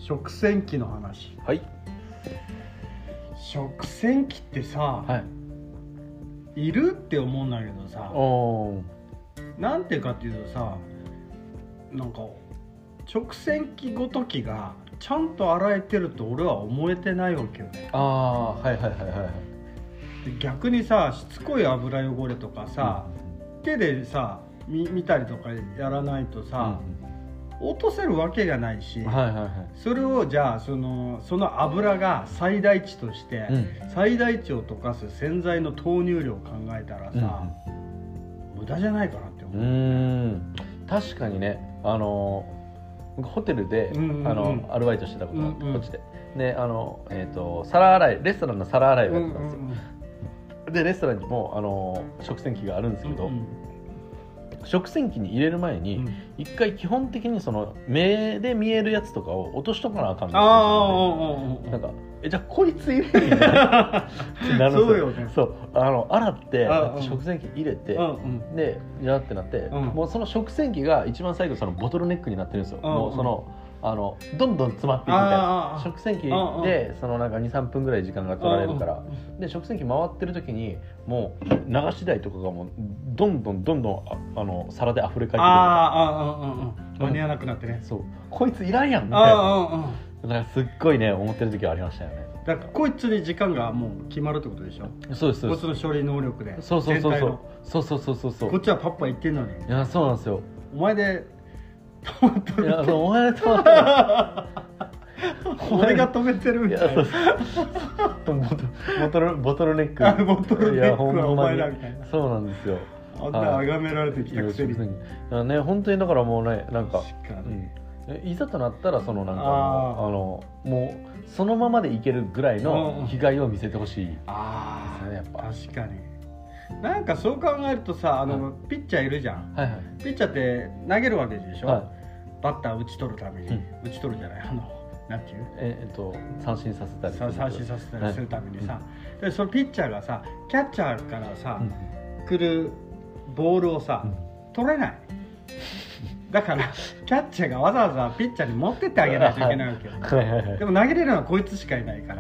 食洗機の話。 はい。 食洗機ってさ、 はい、 いるって思うんだけどさ、なんていうかっていうとさ、なんか食洗機ごときがちゃんと洗えてると俺は思えてないわけよね。 はいはいはいはい。 で逆にさ、しつこい油汚れとかさ、手でさ見たりとかやらないとさ、落とせるわけがないし、それをじゃあその油が最大値として、最大値を溶かす洗剤の投入量を考えたらさ、無駄じゃないかなって思う。 確かにね、ホテルで、アルバイトしてたことがあって、こっちでで皿洗い、レストランの皿洗いをやってたんですよ。でレストランにも食洗機があるんですけど、食洗機に入れる前に一回基本的にその目で見えるやつとかを落としとかなあかんんですよ。なんかじゃあこいつ入れるんやってなるんですよ。そうよね。そう洗って食洗機入れて、でじゃあってなって、もうその食洗機が一番最後そのボトルネックになってるんですよ。もうそのどんどん詰まっていくみたいな。食洗機でそのなんか 2,3 分ぐらい時間が取られるから、で食洗機回ってる時にもう流し台とかがもうどんどん皿で溢れかえてくる。 間に合わなくなってね。 そう、こいついらんやんみたいな。だからすっごいね思ってる時はありましたよね。 だからこいつに時間がもう決まるってことでしょ。 そうですそうです。 こいつの処理能力で。 そうこっちはパッパ言ってんのに。 いやそうなんですよ。 お前で止まっとる。 いやそうお前で止まってる。 俺が止めてるみたいな。 ボトルネック。 ボトルネックはお前らみたいな。 そうなんですよ。 あんな崇められてきたくせに。 ね、本当にだからもうね、なんかいざとなったらそのなんかもうそのままでいけるぐらいの被害を見せてほしいですね、やっぱ。 確かに。なんかそう考えるとさ、ピッチャーいるじゃん。ピッチャーって投げるわけでしょ。バッター打ち取るために、打ち取るじゃない、なんていう三振させたりするためにさ、でそのピッチャーがさ、キャッチャーからさ、来るボールをさ、取れない。だからキャッチャーがわざわざピッチャーに持ってってあげないといけないわけよ。でも投げれるのはこいつしかいないから、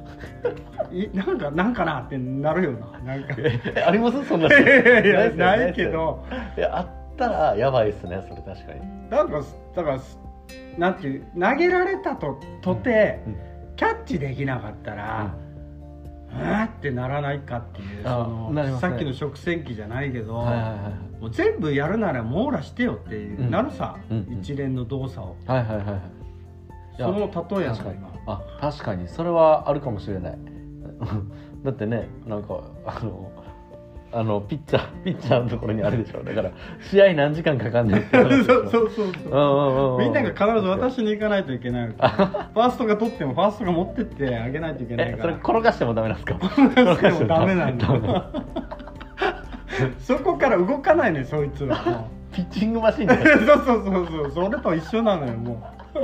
なんかなってなるよな。なんかありますそんな。 ないけど、 あったらやばいですね、それ確かに。 だからなんていう、投げられたとてキャッチできなかったらってならないかっていう、さっきの食洗機じゃないけど、もう全部やるなら網羅してよっていうなるさ、一連の動作を。その例えやんか今。 確かにそれはあるかもしれない。だってね、なんかピッチャーのところにあるでしょ。だから試合何時間かかんないって。そうみんなが必ず渡しに行かないといけないわけ。ファーストが取ってもファーストが持ってってあげないといけないから。 それ転がしてもダメなんですか。 転がしてもダメなんだ。そこから動かないね、そいつは。 ピッチングマシンだ。 そうそれと一緒なのよ、もう。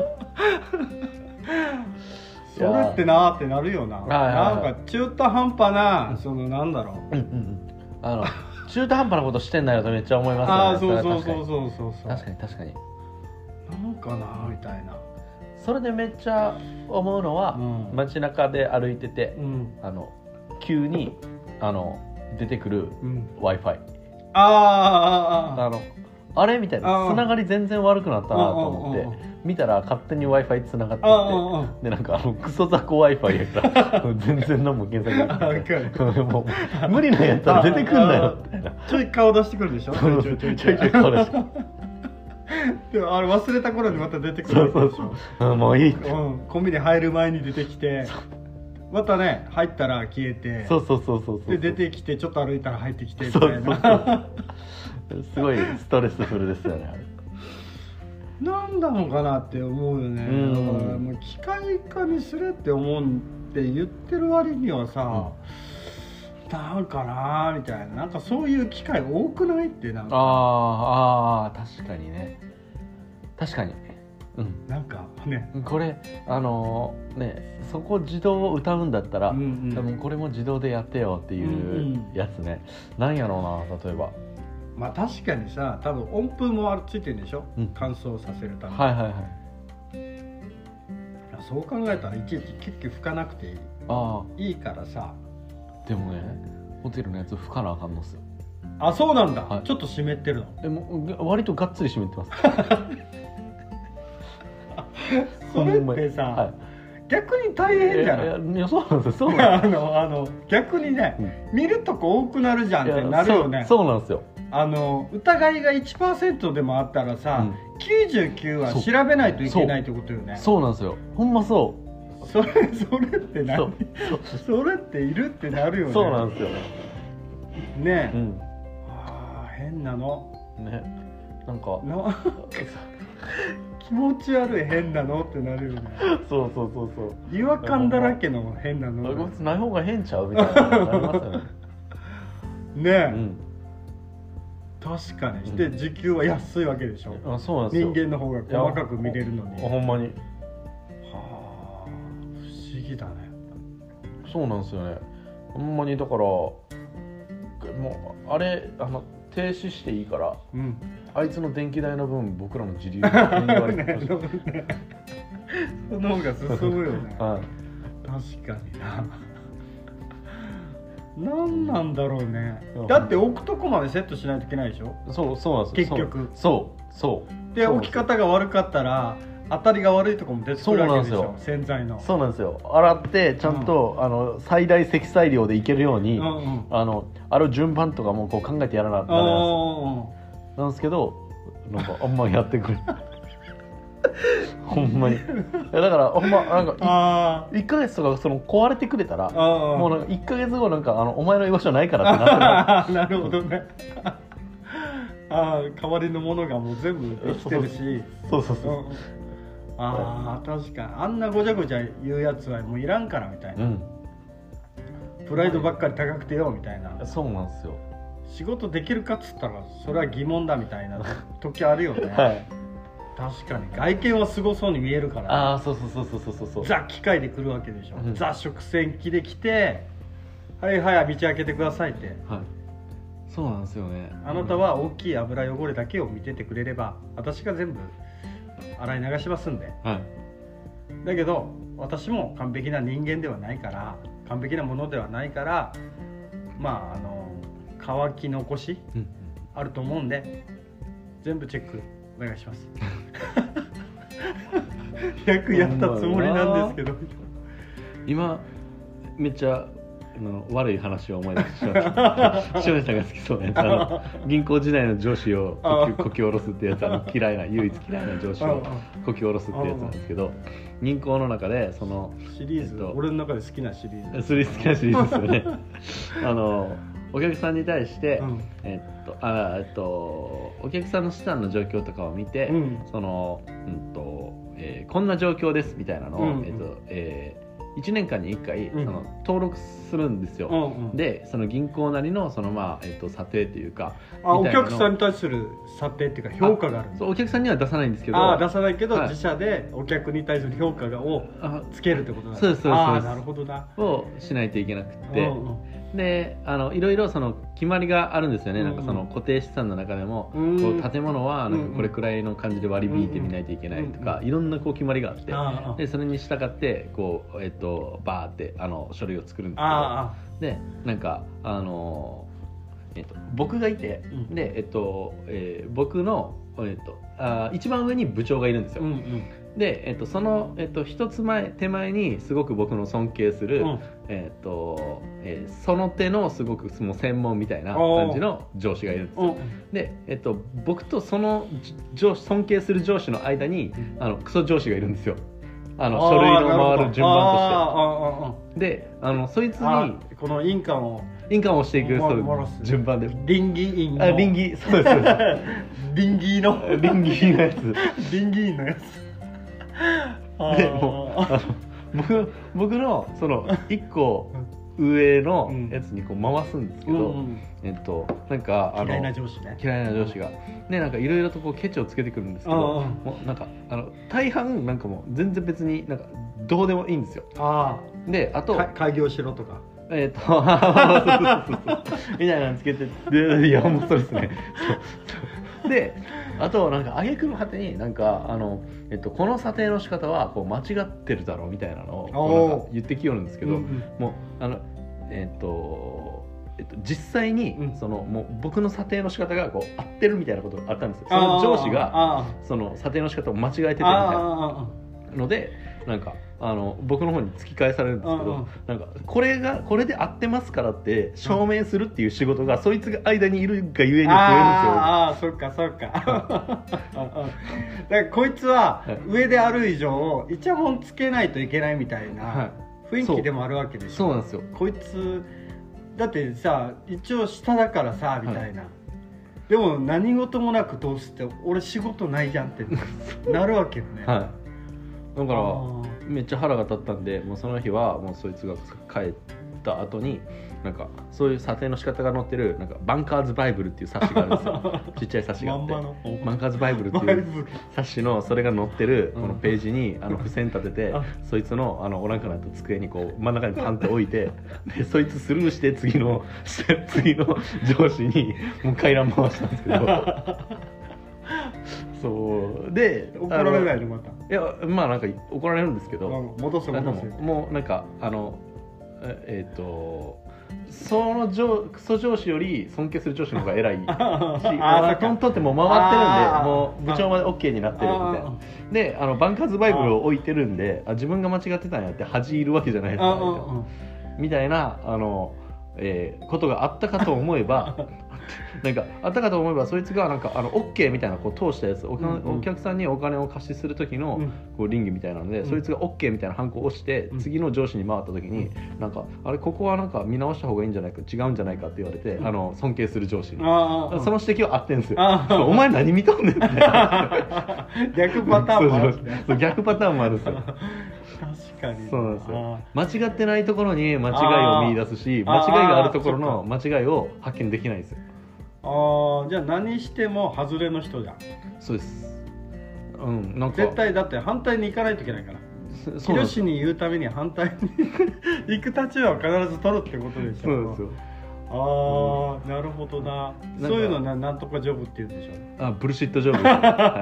それってなーってなるよな。なんか中途半端な、そのなんだろう。 中途半端なことしてんだよとめっちゃ思いますよね。 そう確かになんかなみたいな。 それでめっちゃ思うのは、街中で歩いてて、急に出てくる Wi-Fi、あれみたいな、つながり全然悪くなったなと思って見たら勝手に Wi-Fi つながってて、でなんかクソ雑魚 Wi-Fi やから全然何も検索できないもう無理なやったら出てくんなよみたいな。 ちょい顔出してくるでしょ。ちょい顔出してでもあれ忘れた頃にまた出てくるでしょ。 もういい、 コンビニ入る前に出てきて、またね入ったら消えて、で出てきてちょっと歩いたら入ってきてみたいな。 すごいストレスフルですよね。 なんなのかなって思うよね。だからもう機械化にするって思って言ってる割にはさ、なんかなみたいな、なんかそういう機械多くないってなんか。 確かにね。確かに。 なんかね、 これね、そこ自動を歌うんだったら、多分これも自動でやってよっていうやつね。なんやろうな、例えば。 まあ確かにさ、多分音符もついてるんでしょ、乾燥させるために。 そう考えたらいちいちキュッキュ拭かなくていいからさ。 でもねホテルのやつ拭かなあかんのっすよ。 あ、そうなんだ、はい、ちょっと湿ってるの。 もう割とがっつり湿ってますそれってさ、はい、逆に大変じゃない？ いやそうなんですよ。そうなんです逆にね、見るとこ多くなるじゃんってなるよね。 そうなんですよ。 疑いが 1% でもあったらさ、99は調べないといけないってことよね。 そうなんですよ。ほんまそう。 それって何？それっているってなるよね。 そうなんですよね。変なのね。なんか気持ち悪い変なのってなるよね。 そう違和感だらけの変なの。 こいつない方が変ちゃうみたいななりますよね。 ねえ、確かに。して時給は安いわけでしょ。 そうなんですよ。 人間の方が細かく見れるのに。 ほんまに。 はあ、不思議だね。 そうなんですよね。ほんまに。だからもうあれ停止していいから、あいつの電気代の分僕らの自流で割りその方が進むよね。確かにな。何なんだろうね。だって置くとこまでセットしないといけないでしょ。 そうなんですよ。 結局そうで、置き方が悪かったら当たりが悪いとこも出てくるわけでしょ。洗剤の。 そうなんですよ。洗ってちゃんと、最大積載量でいけるように、あれを順番とかもこう考えてやらなかったなんですけど、なんかあんまやってくれほんまに。だからほんまなんか1ヶ月とか壊れてくれたら、もうなんか1ヶ月後なんかお前の居場所ないからってなってる。 なるほどね。代わりのものがもう全部できてるし。そう。確かにあんなごちゃごちゃ言うやつはもういらんからみたいな、プライドばっかり高くてよみたいな。 そうなんですよ。 仕事できるかっつったらそれは疑問だみたいな時あるよね。確かに外見はすごそうに見えるから、 そうザ機械で来るわけでしょ、ザ食洗機で来て、はい道開けてくださいって、 そうなんですよね。 あなたは大きい油汚れだけを見ててくれれば私が全部洗い流しますんで、だけど私も完璧な人間ではないから、完璧なものではないから、乾き残しあると思うんで、全部チェックお願いします。役やったつもりなんですけど、 今めっちゃ悪い話を思い出してしまった。塩根さんが好きそうなやつ、銀行時代の上司をこき下ろすってやつ、唯一嫌いな上司をこき下ろすってやつなんですけど、銀行の中でそのシリーズ、俺の中で好きなシリーズ、 好きなシリーズですよね。お客さんに対して、お客さんの資産の状況とかを見て、こんな状況ですみたいなのを、1年間に1回、登録するんですよ。でその銀行なりの査定というか、 お客さんに対する査定っていうか評価があるんです。 お客さんには出さないんですけど、 出さないけど、自社でお客に対する評価をつけるってことなんです。 そうです。 なるほどな。 をしないといけなくて、でいろいろその決まりがあるんですよね。なんかその固定資産の中でも、こう建物はなんかこれくらいの感じで割り引いてみないといけないとか、いろんなこう決まりがあって、でそれに従ってこうバーって書類を作るんですけど、でなんか僕がいて、で僕の一番上に部長がいるんですよ。でその一つ手前にすごく僕の尊敬するその手のすごくもう専門みたいな感じの上司がいるんですよ。で僕とその尊敬する上司の間にクソ上司がいるんですよ。書類の回る順番として。でそいつにこの印鑑をしていく順番で、 臨議員のそうです臨議のやつ臨議員のやつでも僕のその1個上のやつにこう回すんですけど、なんか嫌いな上司がね、なんかいろいろとこうケチをつけてくるんですけど、もうなんか大半なんかもう全然別になんかどうでもいいんですよ。であと開業しろとかみたいなのつけて、いやもうそうですね。 であとなんか挙句の果てになんかこの査定の仕方はこう間違ってるだろうみたいなのをなんか言ってきよるんですけど、もう実際にもう僕の査定の仕方がこう合ってるみたいなことがあったんですよ。その上司がその査定の仕方を間違えててみたいなのでなんか僕の方に突き返されるんですけど、なんかこれで合ってますからって証明するっていう仕事がそいつが間にいるがゆえに増えるんですよ。 ああ、そっかだからこいつは上である以上イチャモンつけないといけないみたいな雰囲気でもあるわけでしょ。 そうなんですよ。 こいつだってさ一応下だからさみたいな、でも何事もなく通すって俺仕事ないじゃんってなるわけよね。 だからめっちゃ腹が立ったんで、もうその日はもうそいつが帰った後になんかそういう査定の仕方が載ってるなんかバンカーズバイブルっていう冊子があるんですよ。ちっちゃい冊子があってバンカーズバイブルっていう冊子のそれが載ってるこのページに付箋立ててそいつのおらんくなった机にこう真ん中にパンって置いてでそいつスルーして次の上司にもう回覧回したんですけどそうで怒られないのまた。 いやまあなんか怒られるんですけど、 戻せもうなんかそのクソ上司より尊敬する上司の方が偉いしトントンってもう回ってるんでもう部長まで OK になってるみたいなでバンカーズバイブルを置いてるんで自分が間違ってたんやって恥じるわけじゃないですかみたいなことがあったかと思えばなんかあったかと思えばそいつがなんかOK みたいなこう通したやつお客さんにお金を貸しする時のこう倫理みたいなので、そいつが OK みたいなハンコを押して次の上司に回った時になんかあれここはなんか見直した方がいいんじゃないか違うんじゃないかって言われて尊敬する上司にその指摘は合ってんですよ。お前何見とんねんみたいな逆パターンもあるそう逆パターンもあるんですよ。 確かにそうなんですよ。間違ってないところに間違いを見出すし間違いがあるところの間違いを発見できないんですよ。 じゃあ何しても外れの人じゃん。 そうです。 なんか絶対だって反対に行かないといけないから。ヒロシに言うために反対に行く立場を必ず取るってことでしょ。 そうですよ。 なるほどな。そういうのなんとかジョブって言うんでしょ。 ブルシットジョブ。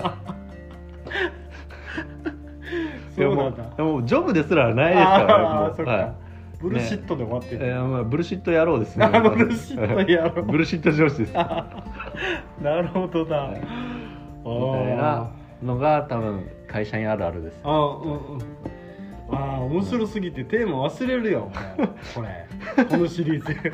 そうなんだ。 でもジョブですらないですからね。もうブルシットで終わってる、 ブルシット野郎ですね。 ブルシット野郎。 ブルシット上司です。 なるほどだ。みたいなのが多分会社にあるあるです。 面白すぎてテーマ忘れるよこのシリーズ。テ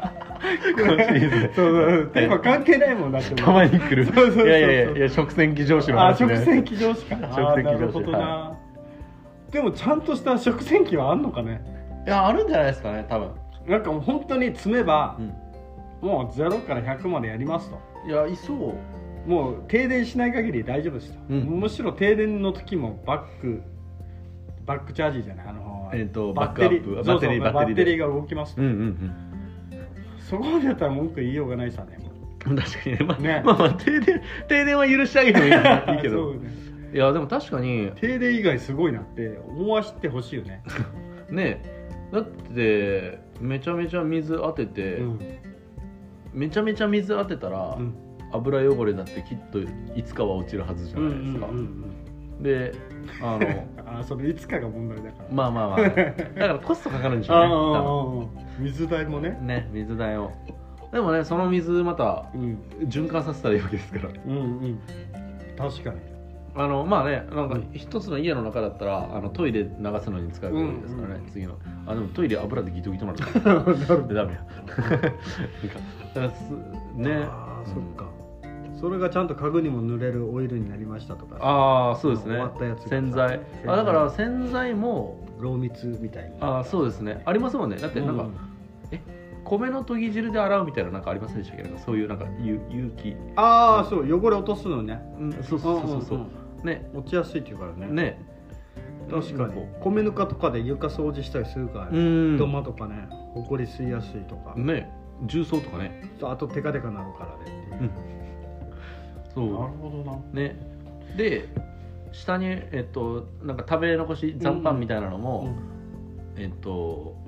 ーマ関係ないもんだって。 たまに来る。いや食洗機上司の話ね。 食洗機上司か。なるほどな。でもちゃんとした食洗機はあんのかね。 いやあるんじゃないですかね多分。 なんかもう本当に積めば、もう0から100までやりますと。 いやいそう。 もう停電しない限り大丈夫ですと、むしろ停電の時もバックチャージじゃないバックアップバッテリーが動きますと、そこまでやったら文句言いようがないさね。 確かにね、まあ停電は許してあげてもいいけどいやでも確かに停電以外すごいなって思わせてほしいよね。 ねだってめちゃめちゃ水当てて、めちゃめちゃ水当てたら、油汚れだってきっといつかは落ちるはずじゃないですか。でそれいつかが問題だから。 まあだからコストかかるんでしょうね。 水代もね。 水代を。でもねその水また循環させたらいいわけですから。 確かに。 まあねなんか一つの家の中だったらトイレ流すのに使うわけですからね。次のでもトイレ油でギトギトなるからダメや。ね。 そっか。それがちゃんと家具にも塗れるオイルになりましたとか。 そうですね。 終わったやつ。 洗剤。だから洗剤も濃密みたいに。 そうですね。ありますもんね。だってなんか米の研ぎ汁で洗うみたいななんかありませんでしたっけど、そういうなんか有機。 そう汚れ落とすのね。 そうね落ちやすいっていうからね。 ね。 確かに米ぬかとかで床掃除したりするからね。土間とかね、ほこり吸いやすいとかね、重曹とかね。 あとテカテカなるからでっていう。 そう。 なるほどな。 ね。で下になんか食べ残し残飯みたいなのも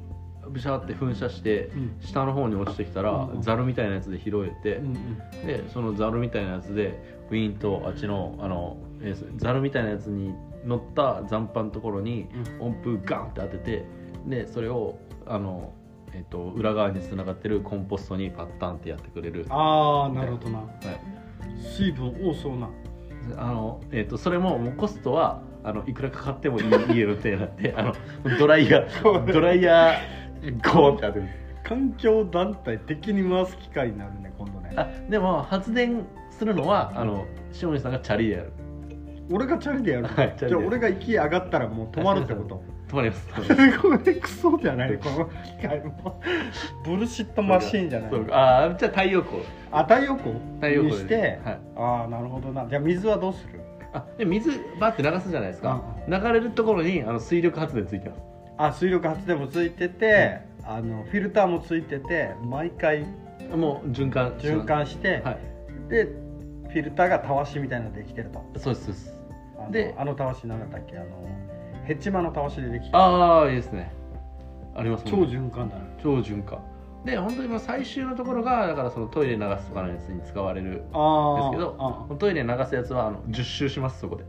ブシャーって噴射して、下の方に落ちてきたら、ザルみたいなやつで拾えて、でそのザルみたいなやつでウィーンとあっちのザルみたいなやつに乗った残波のところに音符ガンって当てて、でそれを裏側に繋がってるコンポストにパッタンってやってくれる。 ああなるほどな、はい、水分多そうな。 それもコストはいくらかかってもいい家の手になってドライヤーゴーって当てる。 環境団体的に回す機会になるね今度ね。 でも発電するのは塩見さんがチャリでやる。 俺がチャリでやる、はい、じゃあ俺が息上がったらもう止まるってこと？ 止まります。 これクソじゃないこの機械もブルシットマシーンじゃない。 じゃあ太陽光。 太陽光にして、 はい、 ああなるほどな。じゃあ水はどうする？ で水バッて流すじゃないですか。流れるところに水力発電ついてます。水力発電もついてて、フィルターもついてて、毎回もう循環して、はい、でフィルターがたわしみたいなのでできてると。 そうです。 でたわしなんだっけヘッチマのたわしでできてる。 ああいいですね。ありますもんね。超循環だな。 超循環で本当に最終のところがだからそのトイレ流すとかのやつに使われるんですけど、トイレ流すやつは10周します。そこで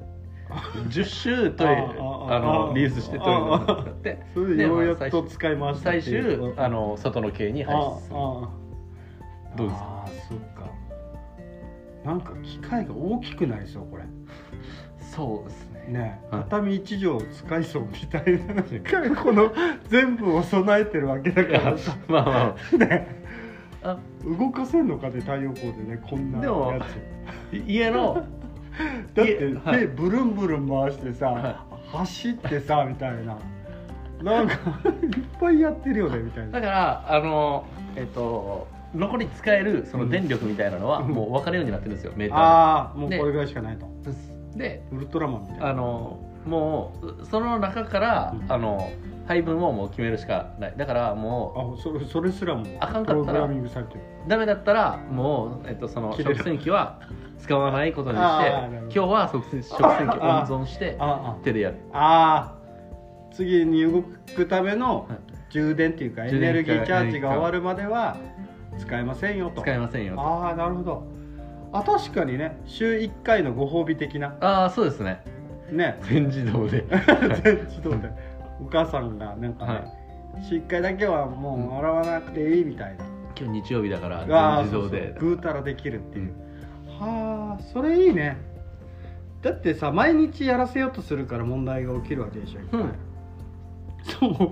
10周トイレリースしてトイレに使ってそれでようやっと使い回した最終外の系に排出する。どうですか？ そっか。なんか機械が大きくなりそうこれ。 そうですね。 畳1畳を使いそうみたいなこの全部を備えてるわけだからさまあね、 動かせんのかね太陽光でねこんなやつ。 でも家のだって手ブルンブルン回してさ、走ってさみたいななんかいっぱいやってるよねみたいな。 だから残り使えるその電力みたいなのはもう分かるようになってるんですよ、メーターで。 ああもうこれぐらいしかないと。 でウルトラマンみたいなもうその中から配分をもう決めるしかない。だからもうそれすらもあかんかったらダメだったらもうその食洗機は使わないことにして今日は食洗機温存して手でやる。 次に動くための充電っていうかエネルギーチャージが終わるまでは使えませんよと。 使えませんよと。 なるほど。確かにね週1回のご褒美的な。 そうですね。全自動で全自動でお母さんがなんかね、週1回だけはもう洗わなくていいみたいな。 今日日曜日だから全自動でぐうたらできるっていう。それいいね。だってさ毎日やらせようとするから問題が起きるわけでしょ。そうもう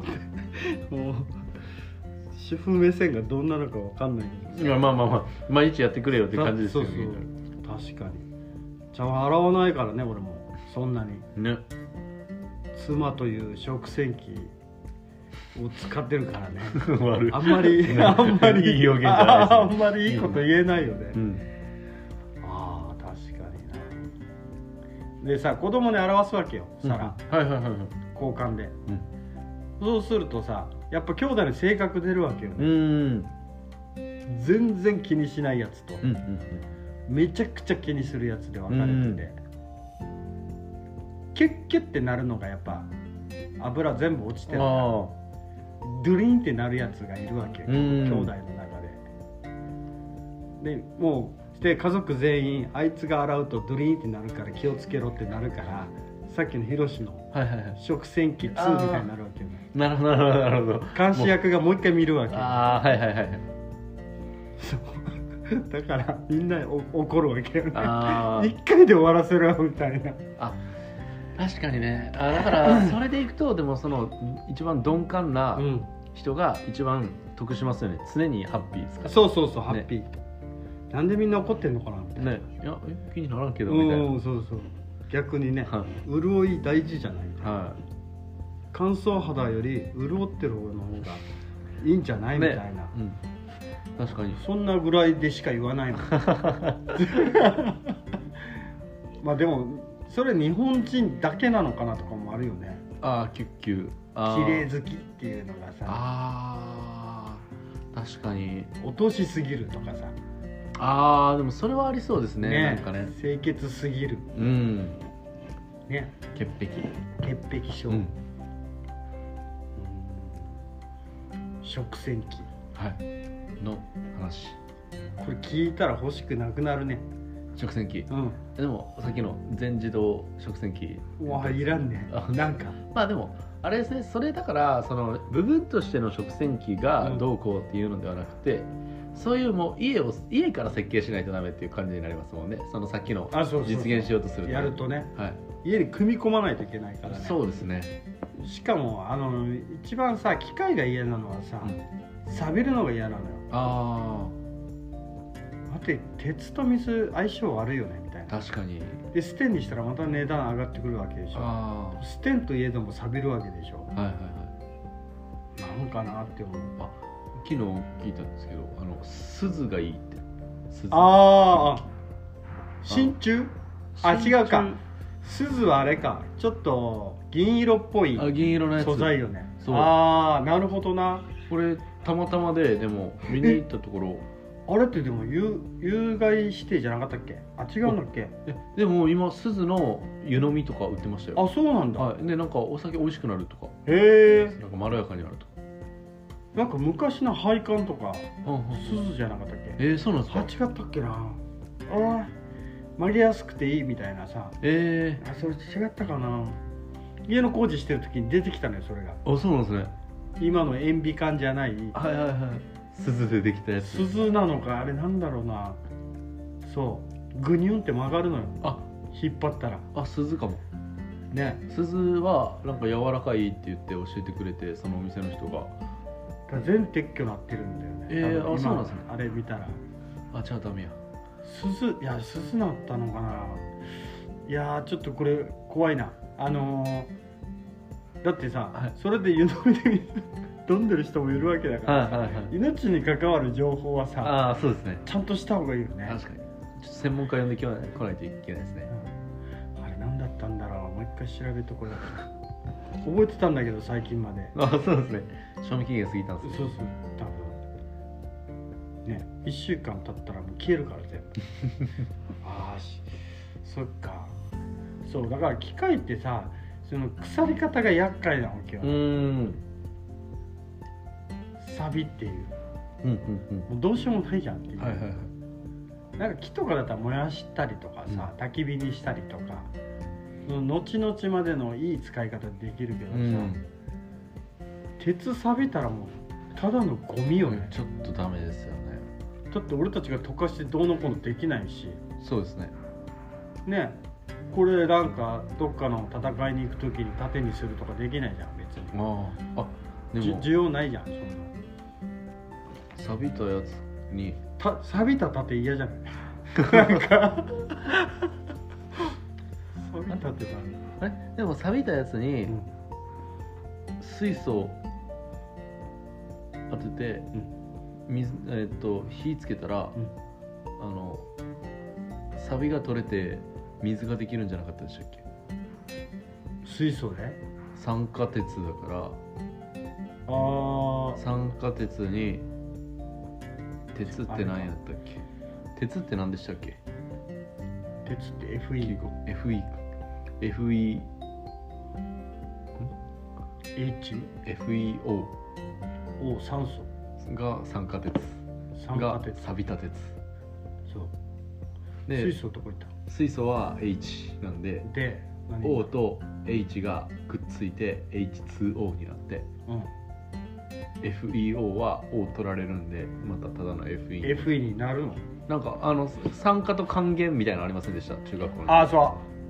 主婦目線がどんなのか分かんないけど、 まあ毎日やってくれよって感じですよね。 確かに。じゃあ洗わないからね俺もそんなにね。妻という食洗機を使ってるからねあんまりいい表現じゃないです、ね、あんまりいいこと言えないよね、確かにな。でさ子供に表すわけよ皿、交換で、そうするとさやっぱ兄弟の性格出るわけよね。全然気にしないやつと、めちゃくちゃ気にするやつで分かれてて、キュッキュッってなるのがやっぱ油全部落ちてるからドゥリンってなるやつがいるわけよ、兄弟の中で。でもうで家族全員あいつが洗うとドゥリンってなるから気をつけろってなるから、さっきのヒロシの食洗機2みたいになるわけよね。 なるほどなるほど。 監視役がもう一回見るわけよ。そうだからみんな怒るわけよね。一回で終わらせろみたいな。 確かにね。だからそれでいくとでもその一番鈍感な人が一番得しますよね。常にハッピーですか。 そうハッピー。なんでみんな怒ってんのかなみたいな。 いや気にならんけどみたいな。 そう逆にね、潤い大事じゃない、乾燥肌より潤ってる方の方がいいんじゃないみたいな、 確かにそんなぐらいでしか言わないのまあでもそれ日本人だけなのかなとかもあるよね。 キュッキュ綺麗好きっていうのがさ、 確かに落としすぎるとかさ、 でもそれはありそうですね。なんかね清潔すぎる、ね、潔癖症、 食洗機、 の話。 これ聞いたら欲しくなくなるね。 食洗機、でもさっきの全自動食洗機いらんね。なんかまあでもあれですね、それだからその部分としての食洗機がどうこうっていうのではなくて、そういうもう家から設計しないとダメっていう感じになりますもんね。そのさっきの実現しようとするとやるとね、家に組み込まないといけないからね。 そうですね。しかも一番さ機械が嫌なのはさ、錆びるのが嫌なのよ。だって鉄と水相性悪いよねみたいな。 確かに。 でステンにしたらまた値段上がってくるわけでしょ。ステンといえども錆びるわけでしょ。なんかなって思う。 昨日聞いたんですけど、鈴がいいって。 真鍮？違うか。鈴はあれか。ちょっと銀色っぽい素材よね。なるほどな。 これたまたまでも見に行ったところ。 あれってでも有害指定じゃなかったっけ？違うんだっけ？ でも今鈴の湯飲みとか売ってましたよ。 そうなんだ。 でなんかお酒美味しくなるとか。なんかまろやかになるとか。 なんか昔の配管とか鈴じゃなかったっけ？ そうなんですか？ 違ったっけな。曲げやすくていいみたいなさ。それ違ったかな。家の工事してる時に出てきたのよそれが。 そうなんですね。 今の塩ビ管じゃない。 鈴でできたやつ。 鈴なのかあれなんだろうな。そうグニュンって曲がるのよ。引っ張ったら。 鈴かもね。 鈴はなんか柔らかいって言って教えてくれて、そのお店の人が全撤去なってるんだよね。 そうなんですね。 あれ見たらじゃあダメや。 鈴なったのかな。いやちょっとこれ怖いな。だってさ、それで湯飲みで飲んでる人もいるわけだから、命に関わる情報はさ、 そうですね、 ちゃんとした方がいいよね。 確かに。ちょっと専門家呼んで来ないといけないですね。 あれ何だったんだろう。もう一回調べとこうよ。覚えてたんだけど最近まで。 そうですね。賞味期限過ぎたんですよ。そう多分ね。1週間経ったらもう消えるから全部。そっか。そうだから機械ってさ、その腐り方が厄介なわけよ。サビっていう、もうどうしようもないじゃんっていう。なんか木とかだったら燃やしたりとかさ、焚き火にしたりとか、後々までのいい使い方できるけどさ、鉄錆びたらもうただのゴミよね。 ちょっとダメですよね。 だって俺たちが溶かしてどうのこうのできないし。 そうですね。 これなんかどっかの戦いに行く時に盾にするとかできないじゃん別に。でも需要ないじゃんそんな。 錆びたやつに錆びた盾嫌じゃないなんか錆びたってでも錆びたやつに水素当てて、火つけたら、錆びが取れて水ができるんじゃなかったでしたっけ？ 水素で？ 酸化鉄だから。酸化鉄に鉄って何やったっけ？鉄って何でしたっけ？ 鉄って FE FEO 酸素が酸化鉄が錆びた鉄。 そうで水素どこ行った？ 水素は H なんで O と H がくっついて H2O になって、FeO は O 取られるんでまたただの FE になるの？ なんか酸化と還元みたいなのありませんでした？中学校の。そう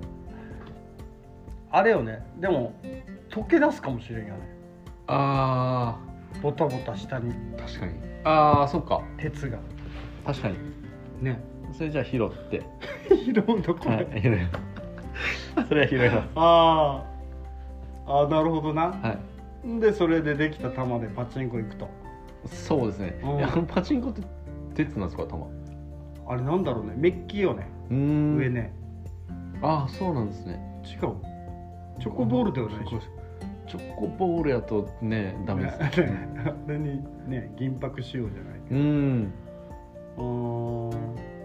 あれよね。でも溶け出すかもしれんよね。ボタボタ下に。 確かに。そっか。 鉄が。 確かにね。 それじゃあ拾って拾うのこれ、 それは拾います。なるほどな。でそれでできた玉でパチンコ行くと。 そうですね。パチンコって鉄なんですか？玉あれなんだろうね。メッキよね。上ね。 そうなんですね。 違う。チョコボールではないでしょ。 チョコボールやとねダメですね。 あれにね銀箔仕様じゃないけど。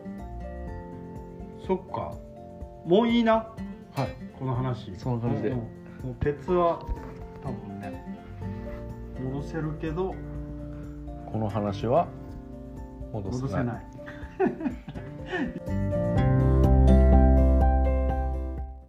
そっか。もういいな。この話。 そんな感じで。 もう鉄は多分ね戻せるけどこの話は戻せない